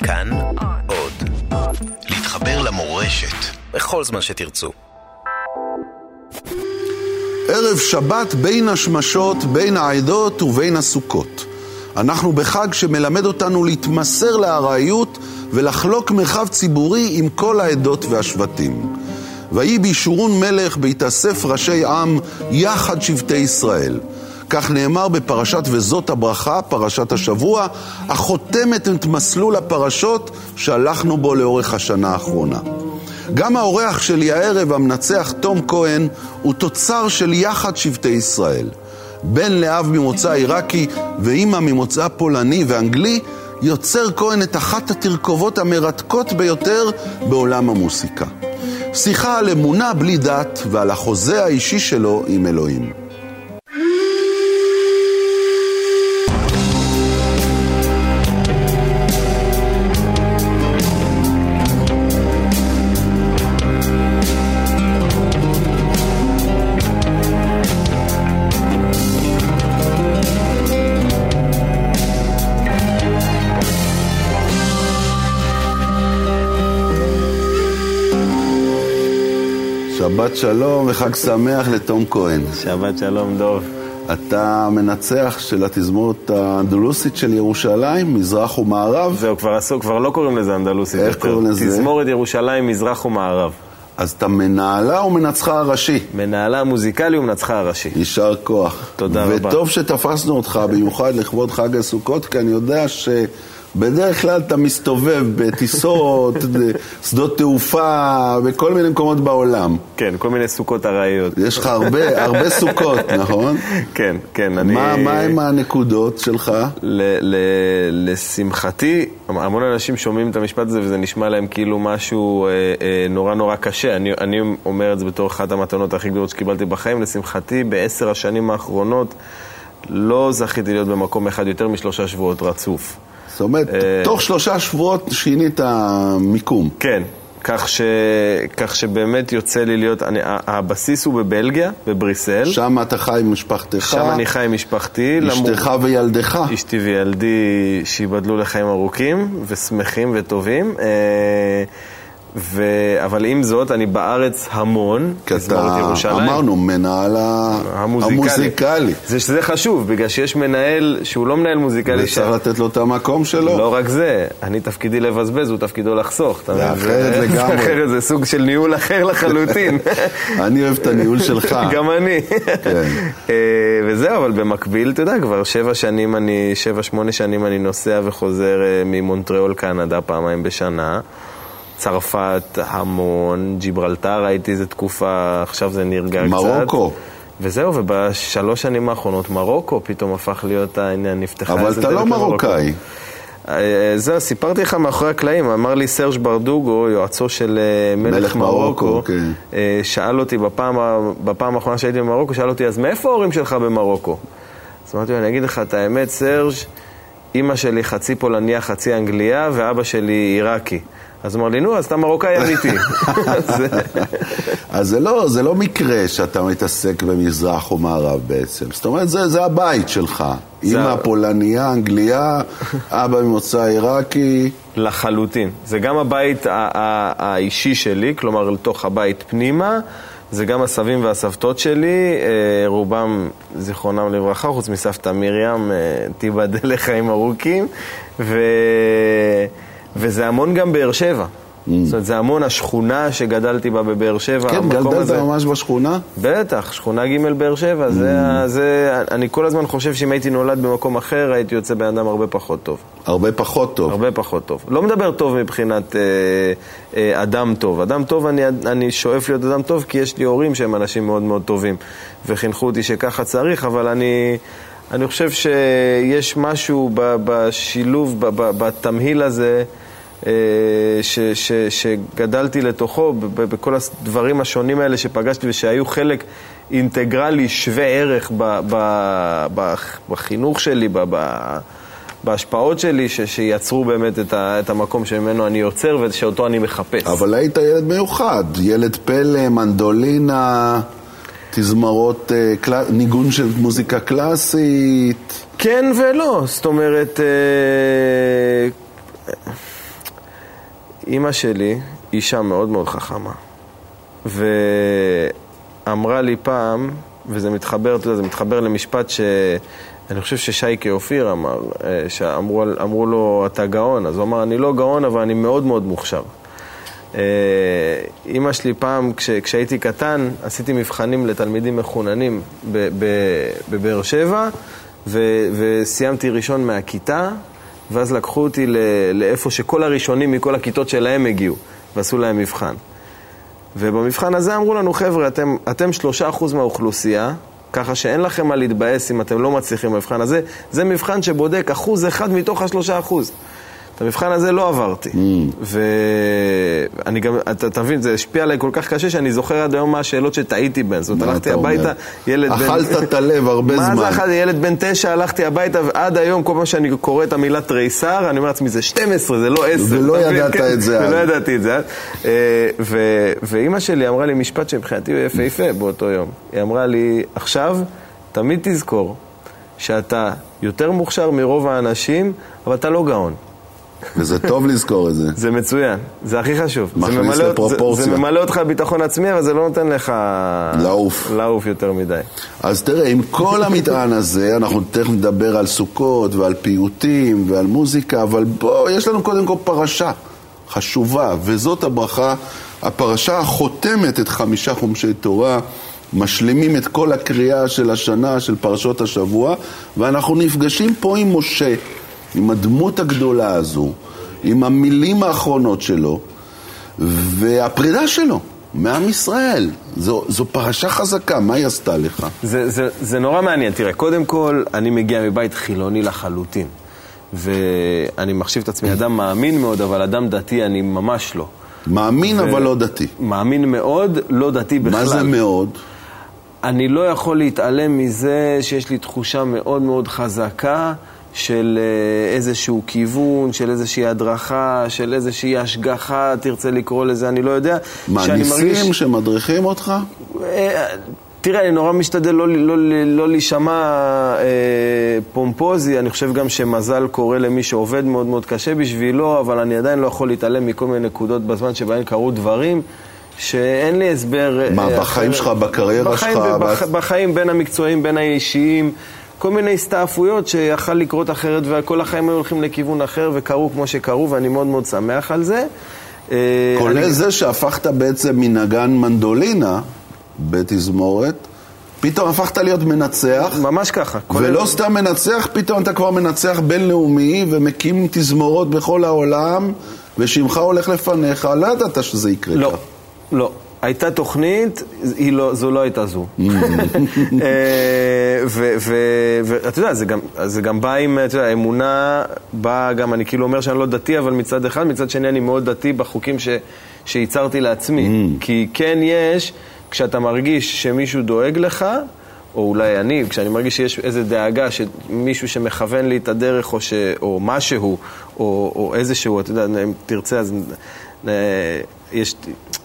כאן עוד. להתחבר למורשת בכל זמן שתרצו. ערב שבת בין השמשות, בין העדות ובין הסוכות. אנחנו בחג שמלמד אותנו להתמסר לארעיות ולחלוק מרחב ציבורי עם כל העדות והשבטים. ויהי בישורון מלך בהתאסף ראשי עם יחד שבטי ישראל. כך נאמר בפרשת וזאת הברכה, פרשת השבוע, החותמת את מסלול הפרשות שהלכנו בו לאורך השנה האחרונה. גם האורח שלי הערב, המנצח תום כהן, הוא תוצר של יחד שבטי ישראל. בן לאב ממוצא עיראקי ואמא ממוצא פולני ואנגלי, יוצר כהן את אחת התרכובות המרתקות ביותר בעולם המוסיקה. שיחה על אמונה בלי דת ועל החוזה האישי שלו עם אלוהים. שבת שלום וחג שמח לתום כהן. שבת שלום דוב. אתה מנצח של התזמורת האנדלוסית של ירושלים, מזרח ומערב. זהו, כבר לא קוראים לזה אנדלוסית. איך קוראים לזה? תזמורת ירושלים, מזרח ומערב. אז אתה מנהלה או מנצחה הראשי? מנהלה המוזיקלי ומנצחה הראשי. יישר כוח. תודה רבה. וטוב שתפסנו אותך במיוחד לכבוד חג הסוכות, כי אני יודע בדרך כלל אתה מסתובב בטיסות, שדות תעופה, בכל מיני מקומות בעולם. כן, כל מיני סוכות ארעיות. יש לך הרבה סוכות, נכון? כן, כן. מה הם הנקודות שלך? לשמחתי, המון אנשים שומעים את המשפט הזה וזה נשמע להם כאילו משהו נורא נורא קשה. אני אומר את זה בתור אחת המתנות הכי גדולות שקיבלתי בחיים. לשמחתי, ב10 השנים האחרונות לא זכיתי להיות במקום אחד יותר מ3 שבועות רצוף. זאת אומרת, תוך 3 שבועות שינית מיקום. כן, כך שבאמת יוצא לי להיות, הבסיס הוא בבלגיה, בבריסל. שם אתה חי עם משפחתך. שם אני חי עם משפחתי. אשתך וילדך. אשתי וילדי שיבדלו לחיים ארוכים ושמחים וטובים. אבל עם זאת, אני בארץ המון, תזמורת ירושלים. אמרנו, מנהל המוזיקלי. זה חשוב, בגלל שיש מנהל שהוא לא מנהל מוזיקלי. וצריך לתת לו את המקום שלו. לא רק זה, אני תפקידי לבזבז, הוא תפקידו לחסוך. זה אחרת לגמרי. אחרת, זה סוג של ניהול אחר לחלוטין. אני אוהב את הניהול שלך. גם אני. וזהו, אבל במקביל, אתה יודע, כבר 7-8 שנים אני נוסע וחוזר ממונטריאול קנדה פעמיים בשנה. צרפת המון, ג'יברלטר הייתי איזו תקופה, עכשיו זה נרגע קצת. מרוקו. וזהו, וב3 שנים האחרונות מרוקו פתאום הפך להיות העניין, נפתחה. אבל אתה לא מרוקאי. זהו, סיפרתי לך מאחורי הקלעים, אמר לי סרג' ברדוגו, יועצו של מלך מרוקו, שאל אותי בפעם האחרונה שהייתי במרוקו, שאל אותי, אז מאיפה ההורים שלך במרוקו? אז אמרתי, אני אגיד לך את האמת, סרג', אמא שלי חצי פולניה, חצי אנגליה, ואבא שלי עיראקי. אז אמר לי, נו, אז אתה מרוקאי אמיתי. אז זה לא מקרה שאתה מתעסק במזרח או מערב בעצם. זאת אומרת, זה הבית שלך. אמא פולניה, אנגליה, אבא ממוצא עיראקי. לחלוטין. זה גם הבית האישי שלי, כלומר, לתוך הבית פנימה. זה גם הסבים והסבתות שלי, רובם זיכרונם לברכה, חוץ מסבתא מרים, תיבדל לחיים ארוכים. וזה המון גם באר שבע. זאת אומרת, זה המון השכונה שגדלתי בה בבאר שבע. כן, גדלת ממש בשכונה? בטח, שכונה ג' באר שבע. אני כל הזמן חושב שאם הייתי נולד במקום אחר, הייתי יוצא באדם הרבה פחות טוב. הרבה פחות טוב? הרבה פחות טוב. לא מדבר טוב מבחינת אדם טוב. אדם טוב, אני שואף להיות אדם טוב, כי יש לי הורים שהם אנשים מאוד מאוד טובים. וחינכו אותי שככה צריך, אבל אני חושב שיש משהו בשילוב, בתמהיל הזה, שגדלתי לתוכו, בכל הדברים השונים האלה שפגשתי ושהיו חלק אינטגרלי שווה ערך בחינוך שלי, בהשפעות שלי, שיצרו באמת את המקום שממנו אני יוצר ושאותו אני מחפש. אבל היית ילד מיוחד, ילד פלא, מנדולינה, תזמרות, ניגון של מוזיקה קלאסית. כן ולא, זאת אומרת, אימא שלי, אישה מאוד מאוד חכמה, ואמרה לי פעם, וזה מתחבר, אתה יודע, זה מתחבר למשפט שאני חושב ששייקה אופיר אמר, שאמרו לו, אתה גאון, אז הוא אמר, אני לא גאון, אבל אני מאוד מאוד מוכשר. אימא שלי פעם, כשהייתי קטן, עשיתי מבחנים לתלמידים מחוננים בבאר שבע, וסיימתי ראשון מהכיתה, ואז לקחו אותי לאיפה שכל הראשונים מכל הכיתות שלהם הגיעו, ועשו להם מבחן. ובמבחן הזה אמרו לנו, חבר'ה, אתם 3% מהאוכלוסייה, ככה שאין לכם מה להתבאס אם אתם לא מצליחים במבחן הזה. זה מבחן שבודק 1% מתוך 3%. את המבחן הזה לא עברתי. ואני גם, אתה מבין, זה השפיע עליי כל כך קשה שאני זוכר עד היום מה השאלות שטעיתי בין. זאת אומרת, הלכתי הביתה, ילד בן... אכלת את הלב הרבה זמן. מה זה אחד? ילד בן 9, הלכתי הביתה, ועד היום כל פעם שאני קורא את המילה תריסר, אני אומר לעצמי, זה 12, זה לא 10. ולא ידעת את זה. ולא ידעתי את זה. ואימא שלי אמרה לי משפט שמבחינתי הוא יפה באותו יום. היא אמרה לי, עכשיו, תמיד תזכור שאתה יותר מוכשר מרוב האנשים, אבל אתה לא גאון. וזה טוב לזכור את זה. זה מצוין, זה הכי חשוב. מכניס לפרופורציה. זה ממלא אותך ביטחון עצמי, אבל זה לא נותן לך לעוף יותר מדי. אז תראה, עם כל המטען הזה, אנחנו תכף נדבר על סוכות ועל פיוטים ועל מוזיקה, אבל בוא, יש לנו קודם כל פרשה חשובה, וזאת הברכה, הפרשה החותמת את 5 חומשי תורה, משלימים את כל הקריאה של השנה, של פרשות השבוע, ואנחנו נפגשים פה עם משה, עם הדמות הגדולה הזו, עם המילים האחרונות שלו, והפרידה שלו מעם ישראל. זו פרשה חזקה, מה היא עשתה לך? זה נורא מעניין. תראה, קודם כל, אני מגיע מבית חילוני לחלוטין, ואני מחשיב את עצמי אדם מאמין מאוד, אבל אדם דתי אני ממש לא. מאמין אבל לא דתי. מאמין מאוד, לא דתי בכלל. מה זה מאוד? אני לא יכול להתעלם מזה שיש לי תחושה מאוד מאוד חזקה, של איזשהו כיוון, של איזושהי הדרכה, של איזושהי השגחה, תרצה לקרוא לזה, אני לא יודע. מעניסים שמדריכים אותך? תראה, אני נורא משתדל לא להישמע פומפוזי, אני חושב גם שמזל קורא למי שעובד מאוד מאוד קשה בשבילו, אבל אני עדיין לא יכול להתעלם מכל מיני נקודות בזמן שבהן קרו דברים, שאין לי הסבר... מה, בחיים שלך, בקריירה שלך? בחיים בין המקצועיים, בין האישיים, כל מיני הסתעפויות שיכל לקרות אחרת, וכל החיים היו הולכים לכיוון אחר, וקרו כמו שקרו, ואני מאוד מאוד שמח על זה. כולל זה שהפכת בעצם מנגן מנדולינה בתזמורת, פתאום הפכת להיות מנצח. ממש ככה. ולא סתם מנצח, פתאום אתה כבר מנצח בינלאומי, ומקים תזמורות בכל העולם, ושמך הולך לפניך. לא ידעת שזה יקרה. לא, לא. הייתה תוכנית, זו לא הייתה זו. ואתה יודע, זה גם בא עם, אתה יודע, אמונה, בא גם, אני כאילו אומר שאני לא דתי, אבל מצד אחד, מצד שני אני מאוד דתי בחוקים שייצרתי לעצמי. כי כן יש, כשאתה מרגיש שמישהו דואג לך, או אולי אני, כשאני מרגיש שיש איזו דאגה, שמישהו שמכוון לי את הדרך, או משהו, או איזשהו, אתה יודע, אם תרצה, אז יש...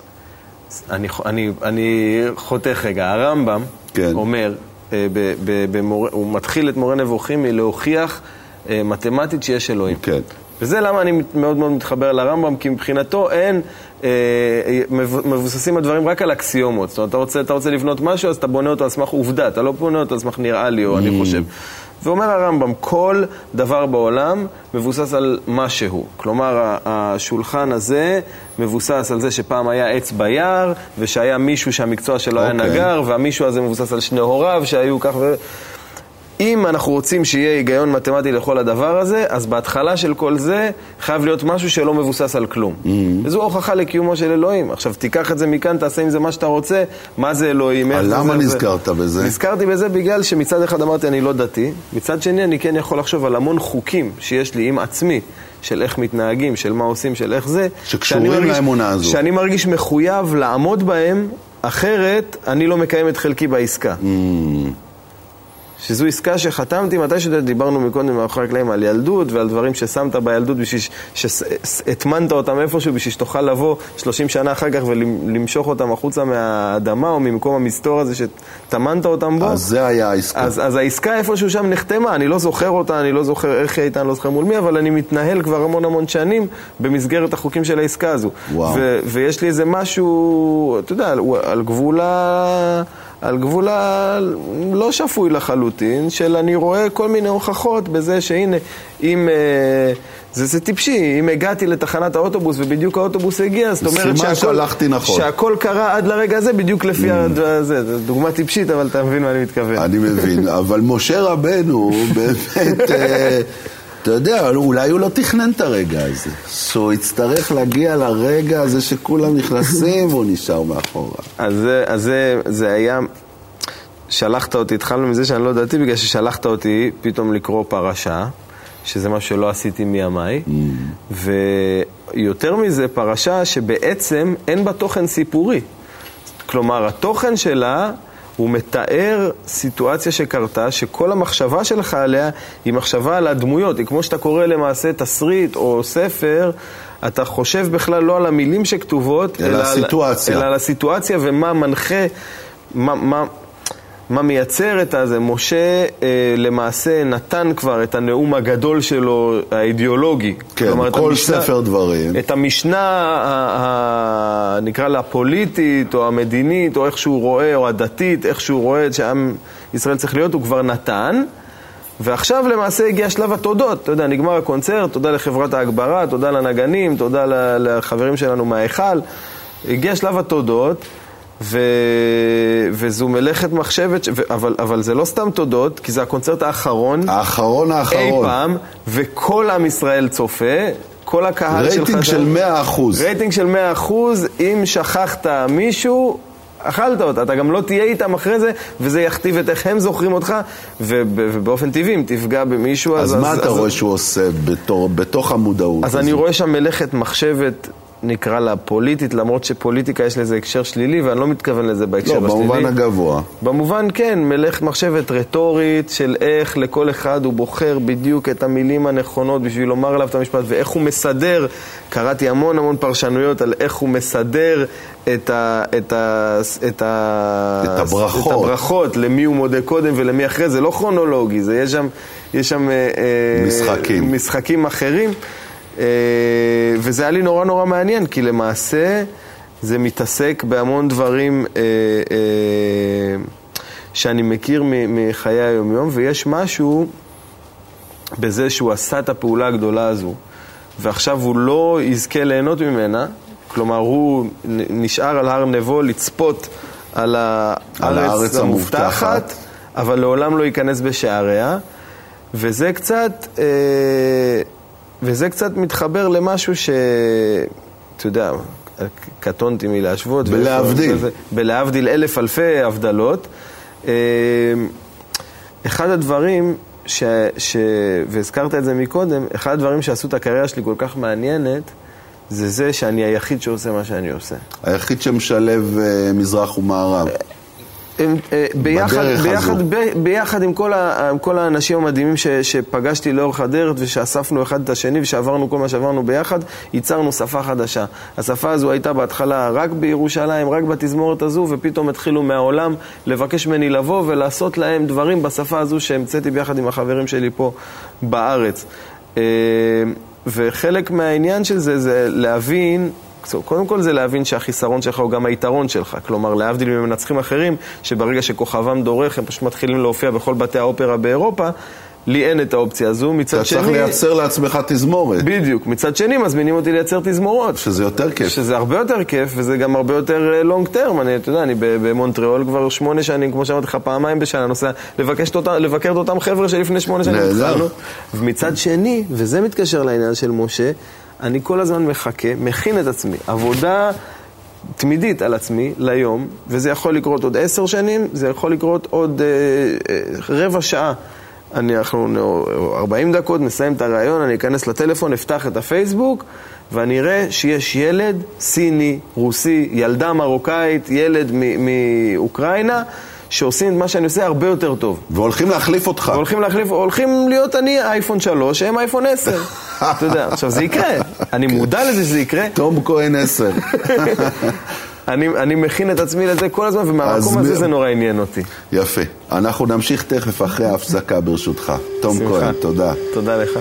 אני חותך רגע, הרמב"ם אומר, הוא מתחיל את מורה נבוכים מלהוכיח מתמטית שיש אלוהים. וזה למה אני מאוד מאוד מתחבר לרמב"ם, כי מבחינתו אין, מבוססים הדברים רק על אקסיומות. זאת אומרת, אתה רוצה לבנות משהו, אז אתה בונה אותו על סמך עובדה, אתה לא בונה אותו על סמך נראה לי או אני חושב. ואומר הרמב"ם, כל דבר בעולם מבוסס על משהו. כלומר, השולחן הזה מבוסס על זה שפעם היה עץ ביער, ושהיה מישהו שהמקצוע שלו היה נגר, והמישהו הזה מבוסס על 2 הוריו שהיו כך אם אנחנו רוצים שיהיה היגיון מתמטי לכל הדבר הזה, אז בהתחלה של כל זה חייב להיות משהו שלא מבוסס על כלום. וזו הוכחה לקיומו של אלוהים. עכשיו תיקח את זה מכאן, תעשה עם זה מה שאתה רוצה, מה זה אלוהים? למה נזכרת בזה? נזכרתי בזה בגלל שמצד אחד אמרתי אני לא דתי, מצד שני אני כן יכול לחשוב על המון חוקים שיש לי עם עצמי, של איך מתנהגים, של מה עושים, של איך זה. שקשורים לאמונה הזו. שאני מרגיש מחויב לעמוד בהם, אחרת אני לא מקיים את חלקי בעסקה. שזו עסקה שחתמתי, מתי שדיברנו מקודם מאחורי הקלעים על ילדות ועל דברים ששמת בילדות בשביל שהטמנת אותם איפשהו, בשביל שתוכל לבוא 30 שנה אחר כך ולמשוך אותם החוצה מהאדמה או ממקום המסתור הזה שטמנת אותם בו. אז זה היה העסקה. אז העסקה איפשהו שם נחתמה, אני לא זוכר אותה, אני לא זוכר איך היא הייתה, אני לא זוכר מול מי, אבל אני מתנהל כבר המון שנים במסגרת החוקים של העסקה הזו. ויש לי איזה משהו, אתה יודע, על גבולה לא שפוי לחלוטין, של אני רואה כל מיני הוכחות בזה שהנה, אם זה טיפשי, אם הגעתי לתחנת האוטובוס ובדיוק האוטובוס הגיע, זאת אומרת שהכל קרה עד לרגע הזה בדיוק לפי זה. זו דוגמה טיפשית, אבל אתה מבין מה אני מתכוון. אני מבין, אבל משה רבנו באמת, אתה יודע, אולי הוא לא תכנן את הרגע הזה. שהוא יצטרך להגיע לרגע הזה שכולם נכנסים והוא נשאר מאחורה. אז זה היה, שלחת אותי, התחלנו מזה שאני לא ידעתי, בגלל ששלחת אותי פתאום לקרוא פרשה, שזה מה שלא עשיתי מימיי, ויותר מזה פרשה שבעצם אין בה תוכן סיפורי. כלומר, התוכן שלה הוא מתאר סיטואציה שקרתה, שכל המחשבה שלך עליה היא מחשבה על הדמויות. היא כמו שאתה קורא למעשה תסריט או ספר, אתה חושב בכלל לא על המילים שכתובות, אלא על הסיטואציה ומה מנחה, מה מייצר את זה. משה למעשה נתן כבר את הנאום הגדול שלו, האידיאולוגי. כן, כלומר, כל ספר דברים. את המשנה, נקרא לה פוליטית או המדינית, או איך שהוא רואה, או הדתית, איך שהוא רואה את שעם ישראל צריך להיות, הוא כבר נתן. ועכשיו למעשה הגיע שלב התודות. אתה יודע, נגמר הקונצרט, תודה לחברת ההגברה, תודה לנגנים, תודה לחברים שלנו מההיכל. הגיע שלב התודות. וזו מלאכת מחשבת, אבל זה לא סתם תודות, כי זה הקונצרט האחרון אי פעם, וכל עם ישראל צופה, כל הקהל שלך רייטינג של 100%. רייטינג של 100%, אם שכחת מישהו, אכלת אותה, אתה גם לא תהיה איתם אחרי זה, וזה יכתיב את איך הם זוכרים אותך, ובאופן טבעי, אם תפגע במישהו, אז מה אתה רואה שהוא עושה בתוך המודעות? אז אני רואה שם מלאכת מחשבת, נקרא לה פוליטית, למרות שפוליטיקה יש לזה הקשר שלילי, ואני לא מתכוון לזה בהקשר השלילי. לא, במובן הגבוה. במובן כן, מלאכת מחשבת רטורית של איך לכל אחד הוא בוחר בדיוק את המילים הנכונות בשביל לומר עליו את המשפט, ואיך הוא מסדר, קראתי המון פרשנויות על איך הוא מסדר את הברכות, למי הוא מודה קודם ולמי אחרי, זה לא כרונולוגי, יש שם משחקים אחרים. וזה היה לי נורא מעניין, כי למעשה זה מתעסק בהמון דברים שאני מכיר מחיי היומיום, ויש משהו בזה שהוא עשה את הפעולה הגדולה הזו, ועכשיו הוא לא יזכה ליהנות ממנה, כלומר הוא נשאר על הר נבו לצפות על הארץ המובטחת, אבל לעולם לא ייכנס בשעריה, וזה קצת מתחבר למשהו אתה יודע, קטונתי מלהשוות. בלהבדיל אלף אלפי הבדלות. אחד הדברים, והזכרת את זה מקודם, אחד הדברים שעשו את הקריירה שלי כל כך מעניינת, זה שאני היחיד שעושה מה שאני עושה. היחיד שמשלב מזרח ומערב. ביחד עם כל האנשים המדהימים שפגשתי לאורך הדרך ושאספנו אחד את השני ושעברנו כל מה שעברנו ביחד, ייצרנו שפה חדשה. השפה הזו הייתה בהתחלה רק בירושלים, רק בתזמורת הזו, ופתאום התחילו מהעולם לבקש ממני לבוא ולעשות להם דברים בשפה הזו שהמצאתי ביחד עם החברים שלי פה בארץ. וחלק מהעניין של זה להבין, קודם כל זה להבין שהחיסרון שלך הוא גם היתרון שלך, כלומר להבדיל ממנצחים אחרים שברגע שכוכבם דורך הם פשוט מתחילים להופיע בכל בתי האופרה באירופה, לי אין את האופציה הזו. מצד שני, אתה צריך לייצר לעצמך תזמורת. בדיוק, מצד שני מזמינים אותי לייצר תזמורות, שזה יותר כיף, שזה הרבה יותר כיף, וזה גם הרבה יותר לונג טרם. אני במונטריאול כבר 8 שנים, כמו שאמרתי לך, פעמיים בשנה נוסע לבקר את אותם חבר'ה שלפני 8 שנים התחלנו. ומצד שני, וזה מתקשר לעניין של משה, אני כל הזמן מכין את עצמי, עבודה תמידית על עצמי ליום, וזה יכול לקרות עוד 10 שנים, זה יכול לקרות עוד רבע שעה. אנחנו 40 דקות, נסיים את הרעיון, אני אכנס לטלפון, אפתח את הפייסבוק, ואני אראה שיש ילד סיני, רוסי, ילדה מרוקאית, ילד מאוקראינה, שעושים את מה שאני עושה הרבה יותר טוב. והולכים להחליף אותך. הולכים להיות אני אייפון 3, הם אייפון 10. אתה יודע, עכשיו זה יקרה. אני מודע לזה שזה יקרה. תום כהן 10. אני מכין את עצמי לזה כל הזמן, ומהמקום הזה זה נורא עניין אותי. יפה. אנחנו נמשיך תכף אחרי ההפסקה ברשותך. תום כהן, תודה. תודה לך.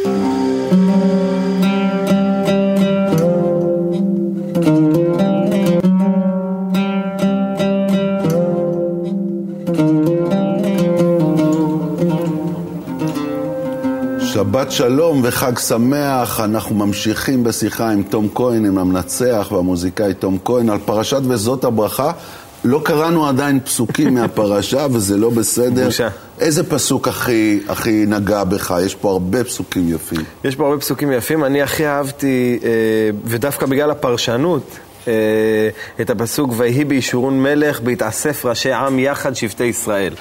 שבת שלום וחג שמח, אנחנו ממשיכים בשיחה עם תום כהן, עם המנצח והמוזיקאי תום כהן, על פרשת וזאת הברכה. לא קראנו עדיין פסוקים מהפרשה, וזה לא בסדר. בושה. איזה פסוק הכי נגע בך? יש פה הרבה פסוקים יפים. יש פה הרבה פסוקים יפים. אני הכי אהבתי, ודווקא בגלל הפרשנות, את הפסוק ויהי בישורון מלך בהתאסף ראשי עם יחד שבטי ישראל.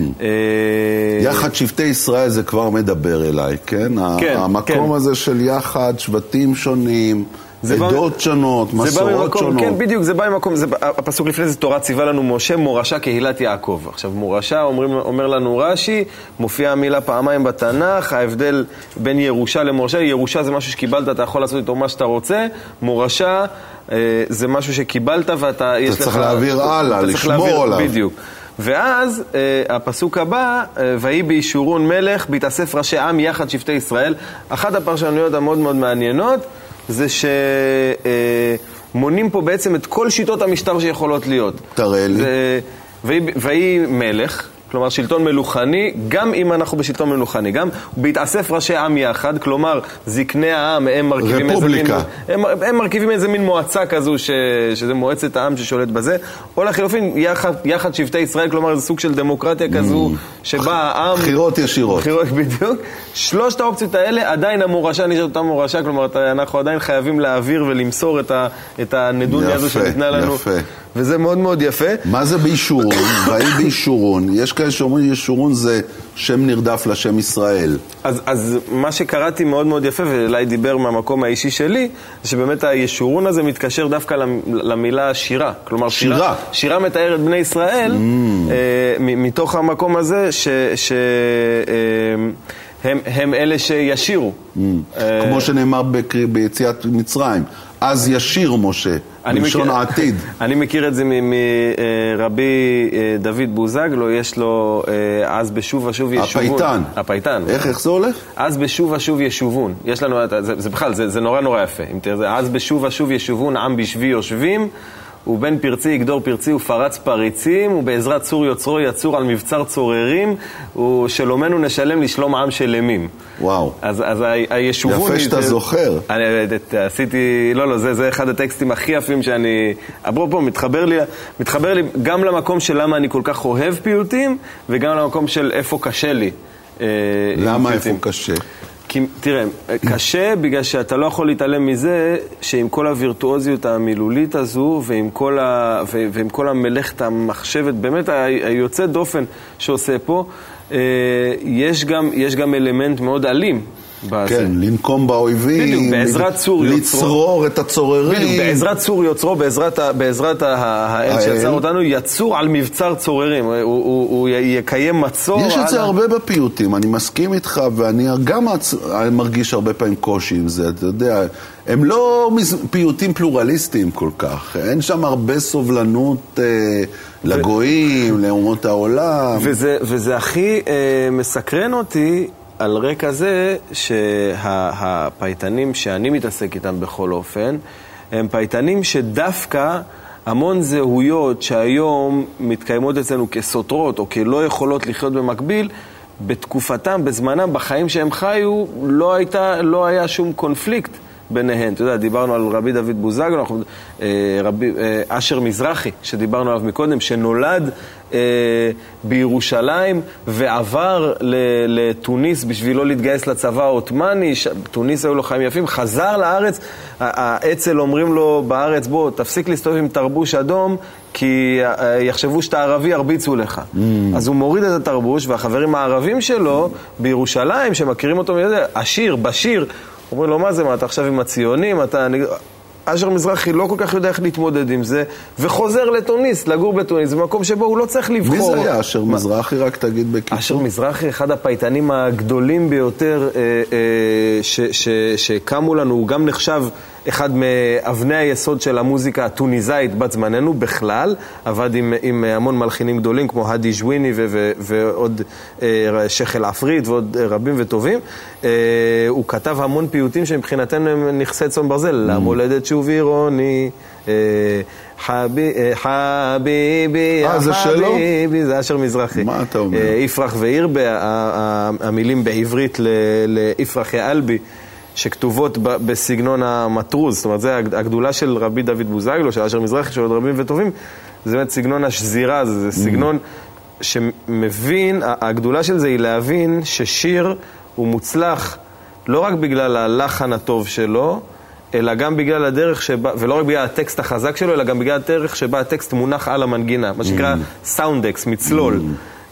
יחד שבטי ישראל זה כבר מדבר אליי, כן? המקום הזה של יחד, שבטים שונים, עדות שונות, מסורות שונות. כן, בדיוק, זה בא ממקום, הפסוק לפני זה תורה ציווה לנו משה מורשה קהילת יעקב. עכשיו מורשה, אומר לנו רש"י, מופיעה המילה פעמיים בתנ"ך, ההבדל בין ירושה למורשה, ירושה זה משהו שקיבלת, אתה יכול לעשות איתו מה שאתה רוצה, מורשה זה משהו שקיבלת ואתה אתה צריך להעביר הלאה, לשמור עליו. בדיוק. ואז הפסוק הבא, ויהי בישורון מלך בהתאסף ראשי עם יחד שבטי ישראל. אחת הפרשנויות המאוד מאוד מעניינות זה שמונים פה בעצם את כל שיטות המשטר שיכולות להיות. תראה לי. ויהי מלך, כלומר שלטון מלוכני, גם אם אנחנו בשלטון מלוכני, גם בהתאסף ראשי עם יחד, כלומר זקני העם הם מרכיבים רפובליקה. הם מרכיבים איזה מין מועצה כזו שזה מועצת העם ששולט בזה, או לחילופין יחד שבטי ישראל, כלומר זה סוג של דמוקרטיה כזו שבה העם... בחירות ישירות. בחירות בדיוק. שלושת האופציות האלה עדיין המורשה נשארת אותה מורשה, כלומר אנחנו עדיין חייבים להעביר ולמסור את הנדוניה הזו שניתנה לנו. יפה. וזה מאוד מאוד יפה. מה זה בישורון? והיא בישורון. יש כאלה שאומרים ישורון זה שם נרדף לשם ישראל. אז מה שקראתי מאוד מאוד יפה, ואולי דיבר מהמקום האישי שלי, זה שבאמת הישורון הזה מתקשר דווקא למילה שירה. כלומר, שירה מתארת בני ישראל, מתוך המקום הזה הם אלה שישירו. כמו שנאמר ביציאת מצרים. אז ישיר משה, בלשון העתיד. אני מכיר את זה מרבי דוד בוזגלו, יש לו אז בשוב ושוב ישובון. הפייטן. איך זה הולך? אז בשוב ושוב ישובון. יש לנו, זה בכלל, זה נורא נורא יפה. אם תראה, אז בשוב ושוב ישובון, עם בשבי יושבים, ובין פרצי יגדור פרצי ופרץ פריצים, ובעזרת צור יוצרו יצור על מבצר צוררים, ושלומנו נשלם לשלום עם שלמים. וואו. אז הישובון... יפה שאתה זוכר. אני עשיתי... לא, זה אחד הטקסטים הכי יפים שאני... אפרופו, מתחבר לי גם למקום של למה אני כל כך אוהב פיוטים, וגם למקום של איפה קשה לי. למה איפה קשה? כי, תראה, קשה בגלל שאתה לא יכול להתעלם מזה שעם כל הווירטואוזיות המילולית הזו ועם כל המלאכת המחשבת, באמת היוצא דופן שעושה פה, יש גם אלמנט מאוד אלים. כן, לנקום באויבים, לצרור את הצוררים. בדיוק, בעזרת צור יוצרו, בעזרת האל שיצר אותנו, יצור על מבצר צוררים. הוא יקיים מצור. יש את זה הרבה בפיוטים, אני מסכים איתך, ואני גם מרגיש הרבה פעמים קושי עם זה, אתה יודע. הם לא פיוטים פלורליסטיים כל כך, אין שם הרבה סובלנות לגויים, לאומות העולם. וזה הכי מסקרן אותי, על רקע זה שהפייטנים שאני מתעסק איתם בכל אופן, הם פייטנים שדווקא המון זהויות שהיום מתקיימות אצלנו כסותרות או כלא יכולות לחיות במקביל, בתקופתם, בזמנם, בחיים שהם חיו, לא היה שום קונפליקט ביניהן. אתה יודע, דיברנו על רבי דוד בוזגלו, רבי אשר מזרחי, שדיברנו עליו מקודם, שנולד בירושלים ועבר לתוניס בשביל לא להתגייס לצבא העות'מאני. תוניס היו לו חיים יפים, חזר לארץ, האצ"ל אומרים לו בארץ, בוא תפסיק להסתובב עם תרבוש אדום כי יחשבו שאתה ערבי ירביצו לך. אז הוא מוריד את התרבוש, והחברים הערבים שלו בירושלים שמכירים אותו, עשיר, בשיר, אומרים לו, מה זה, מה, אתה עכשיו עם הציונים, אשר מזרחי לא כל כך יודע איך להתמודד עם זה, וחוזר לתוניס, לגור בתוניס, זה מקום שבו הוא לא צריך לבחור. מי זה היה אשר מזרחי? רק תגיד בקיצור. אשר מזרחי, אחד הפייטנים הגדולים ביותר שקמו לנו, הוא גם נחשב אחד מאבני היסוד של המוזיקה הטוניזאית בת זמננו בכלל, עבד עם המון מלחינים גדולים כמו הדי ג'וויני ועוד שייח אל-עפריט ועוד רבים וטובים. הוא כתב המון פיוטים שמבחינתנו הם נכסי צאן ברזל, למולדת שוב עירוני, חביבי, זה שלו? זה אשר מזרחי. מה אתה אומר? יפרח וירבה, המילים בעברית ליפרח יעלבי, שכתובות בסגנון המטרוז, זאת אומרת, זה הגדולה של רבי דוד בוזגלו, של אשר מזרחי, של עוד רבים וטובים, זה באמת סגנון השזירה, זה סגנון שמבין, הגדולה של זה היא להבין ששיר הוא מוצלח לא רק בגלל הלחן הטוב שלו, אלא גם בגלל הדרך שבה, ולא רק בגלל הטקסט החזק שלו, אלא גם בגלל הדרך שבה הטקסט מונח על המנגינה, מה שנקרא סאונדקס, מצלול.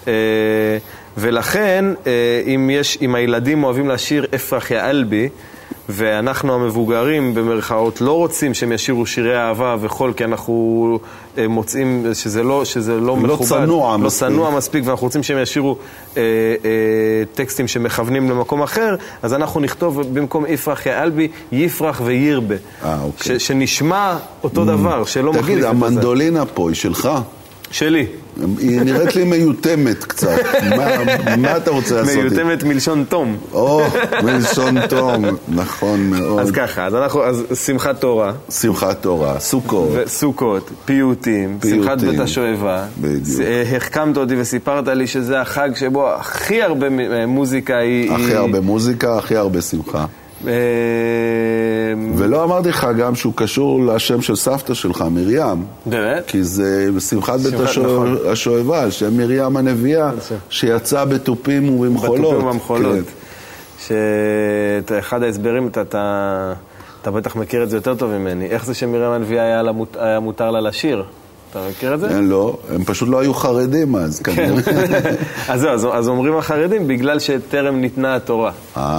ולכן, אם הילדים אוהבים לשיר אפרח יעלבי, ואנחנו המבוגרים במרכאות לא רוצים שהם ישירו שירי אהבה וחול, כי אנחנו מוצאים שזה לא מכובד, לא צנוע מספיק, ואנחנו רוצים שהם ישירו טקסטים שמכוונים למקום אחר, אז אנחנו נכתוב במקום יפרח יעלבי, יפרח וירבה, שנשמע אותו דבר, שלא מחליף את זה. תגיד, המנדולינה פה היא שלך? שלי. היא נראית לי מיותמת קצת. מה אתה רוצה לעשות? מיותמת מלשון תום. מלשון תום, נכון מאוד. אז ככה, אז שמחת תורה. שמחת תורה, סוכות. סוכות, פיוטים, שמחת בית השואבה. החכמת אותי וסיפרת לי שזה החג שבו הכי הרבה מוזיקה היא... הכי הרבה מוזיקה, הכי הרבה שמחה. ולא אמרתי לך גם שהוא קשור לשם של סבתא שלך, מרים. באמת? כי זה שמחת בית השואבה, שם מרים הנביאה, שיצאה בתופים ובמחולות. בתופים ובמחולות. שאחד ההסברים, אתה בטח מכיר את זה יותר טוב ממני. איך זה שמרים הנביאה היה מותר לה לשיר? אתה מכיר את זה? לא, הם פשוט לא היו חרדים אז, כנראה. אז אומרים החרדים בגלל שטרם ניתנה התורה.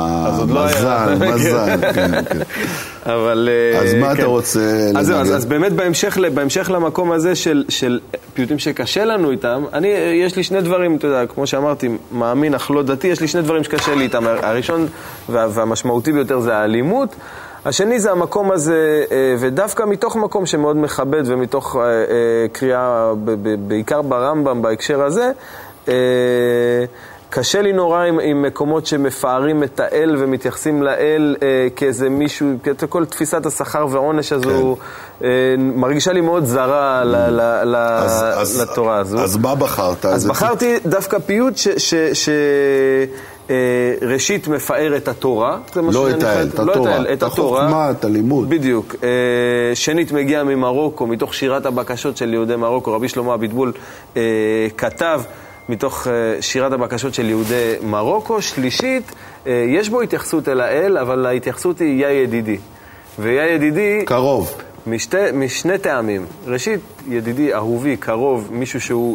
מזל, כן. אז מה אתה רוצה לנגד? אז באמת בהמשך למקום הזה של פיוטים שקשה לנו איתם, יש לי שני דברים, אתה יודע, כמו שאמרתי, מאמין אך לא דתי, יש לי שני דברים שקשה לי איתם. הראשון והמשמעותי ביותר זה האלימות, השני זה המקום הזה, ודווקא מתוך מקום שמאוד מכבד ומתוך קריאה, בעיקר ברמב"ם בהקשר הזה, קשה לי נורא עם מקומות שמפארים את האל ומתייחסים לאל כאיזה מישהו, כל תפיסת השכר ועונש הזו מרגישה לי מאוד זרה לתורה הזו. אז מה בחרת? אז בחרתי דווקא פיוט ראשית מפאר את התורה, לא את האל, את החוכמה, את הלימוד. בדיוק. שנית מגיע ממרוקו, מתוך שירת הבקשות של יהודי מרוקו, רבי שלמה אביטבול כתב מתוך שירת הבקשות של יהודי מרוקו. שלישית, יש בו התייחסות אל האל, אבל ההתייחסות היא יא ידידי. ויא ידידי... קרוב. משני טעמים. ראשית, ידידי, אהובי, קרוב, מישהו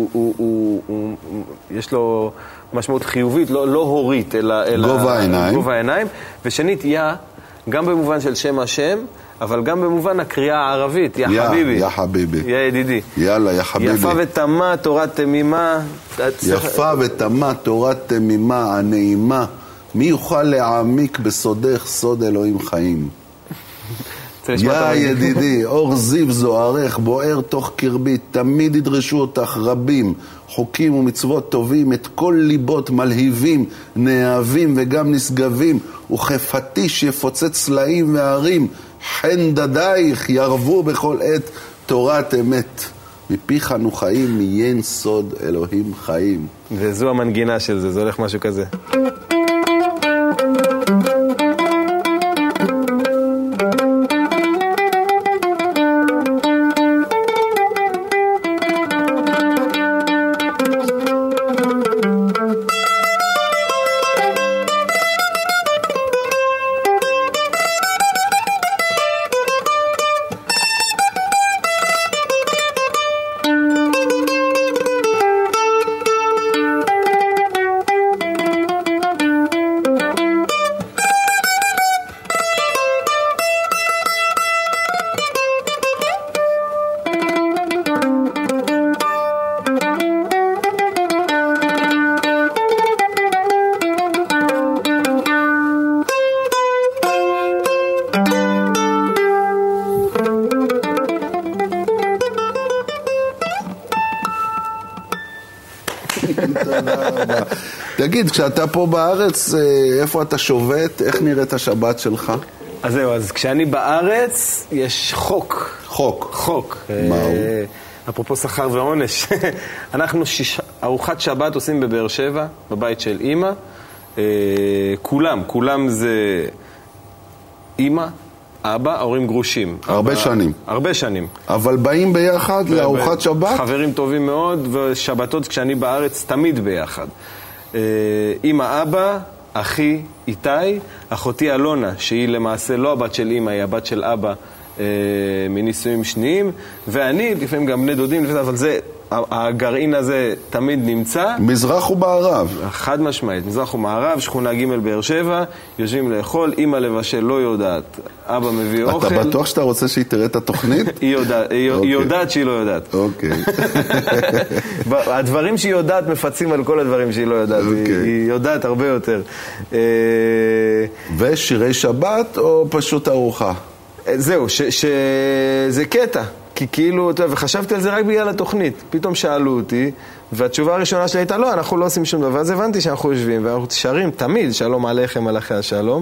יש לו משמעות חיובית, לא הורית, אלא גובה העיניים. ושנית, גם במובן של שם השם, אבל גם במובן הקריאה הערבית, יא חביבי. יא חביבי. יא ידידי. יאללה, יא חביבי. יפה ותמה תורת תמימה. יפה ותמה תורת תמימה, הנעימה. מי יוכל להעמיק בסודך סוד אלוהים חיים? יא ידידי, אור זיו זוהרך, בוער תוך קרבי, תמיד ידרשו אותך רבים, חוקים ומצוות טובים, את כל ליבות מלהיבים, נאהבים וגם נשגבים, וכפטיש יפוצץ סלעים והרים, חן דדייך ירבו בכל עת תורת אמת. מפיך אנו חיים, מיין סוד אלוהים חיים. וזו המנגינה של זה, זה הולך משהו כזה. רבה. תגיד, כשאתה פה בארץ, איפה אתה שובת? איך נראית השבת שלך? אז זהו, אז כשאני בארץ, יש חוק. חוק? חוק. מהו? אפרופו שכר ועונש. אנחנו ארוחת שבת עושים בבאר שבע, בבית של אמא. כולם זה אמא, אבא, ההורים גרושים. הרבה שנים. הרבה שנים. אבל באים ביחד לארוחת שבת? חברים טובים מאוד, ושבתות כשאני בארץ תמיד ביחד. אמא, אבא, אחי איתי, אחותי אלונה, שהיא למעשה לא הבת של אמא, היא הבת של אבא מנישואים שניים, ואני, לפעמים גם בני דודים, אבל זה, הגרעין הזה תמיד נמצא. מזרח ומערב. חד משמעית, מזרח ומערב, שכונה ג' באר שבע, יושבים לאכול, אמא לבשל לא יודעת, אבא מביא אוכל. אתה בטוח שאתה רוצה שהיא תראה את התוכנית? היא יודעת שהיא לא יודעת. אוקיי. הדברים שהיא יודעת מפצים על כל הדברים שהיא לא יודעת. היא יודעת הרבה יותר. ושירי שבת או פשוט ארוחה? זהו, שזה קטע. כי כאילו, וחשבתי על זה רק בגלל התוכנית. פתאום שאלו אותי, והתשובה הראשונה שלי הייתה, לא, אנחנו לא עושים שום דבר. אז הבנתי שאנחנו יושבים, ואנחנו שרים תמיד, שלום עליכם, מלאכי השלום.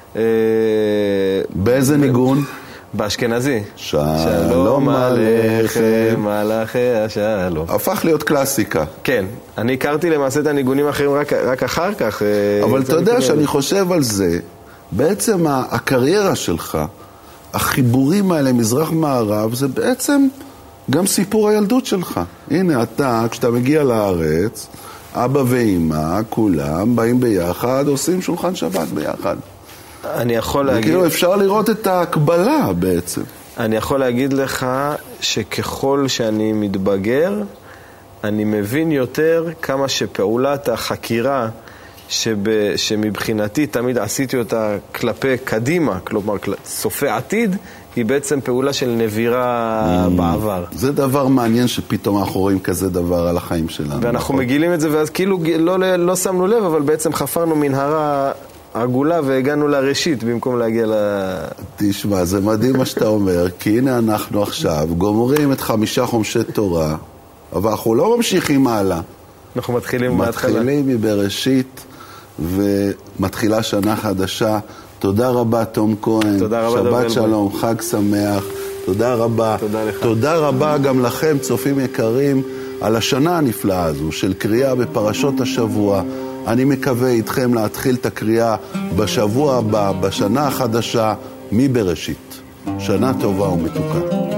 באיזה ניגון? באשכנזי. שלום עליכם, מלאכי השלום. הפך להיות קלאסיקה. כן. אני הכרתי למעשה את הניגונים האחרים רק אחר כך. אבל אתה יודע שאני חושב על זה, בעצם הקריירה שלך, החיבורים האלה, מזרח מערב, זה בעצם גם סיפור הילדות שלך. הנה, אתה, כשאתה מגיע לארץ, אבא ואמא, כולם באים ביחד, עושים שולחן שבת ביחד. אני יכול להגיד... וכאילו אפשר לראות את ההקבלה בעצם. אני יכול להגיד לך שככל שאני מתבגר, אני מבין יותר כמה שפעולת החקירה שמבחינתי תמיד עשיתי אותה כלפי קדימה, כלומר צופה עתיד, היא בעצם פעולה של נבירה בעבר. זה דבר מעניין שפתאום אנחנו רואים כזה דבר על החיים שלנו. ואנחנו מגילים את זה, ואז כאילו לא שמנו לב, אבל בעצם חפרנו מנהרה עגולה והגענו לראשית במקום להגיע תשמע, זה מדהים מה שאתה אומר, כי הנה אנחנו עכשיו גומרים את 5 חומשי תורה, אבל אנחנו לא ממשיכים הלאה. אנחנו מתחילים מההתחלה. מתחילים מבראשית, ומתחילה שנה חדשה. תודה רבה, תום כהן. תודה רבה, שבת שלום, חג שמח. תודה רבה. תודה לך. תודה רבה גם לכם, צופים יקרים, על השנה הנפלאה הזו של קריאה בפרשות השבוע. אני מקווה איתכם להתחיל את הקריאה בשבוע הבא, בשנה החדשה, מבראשית. שנה טובה ומתוקה.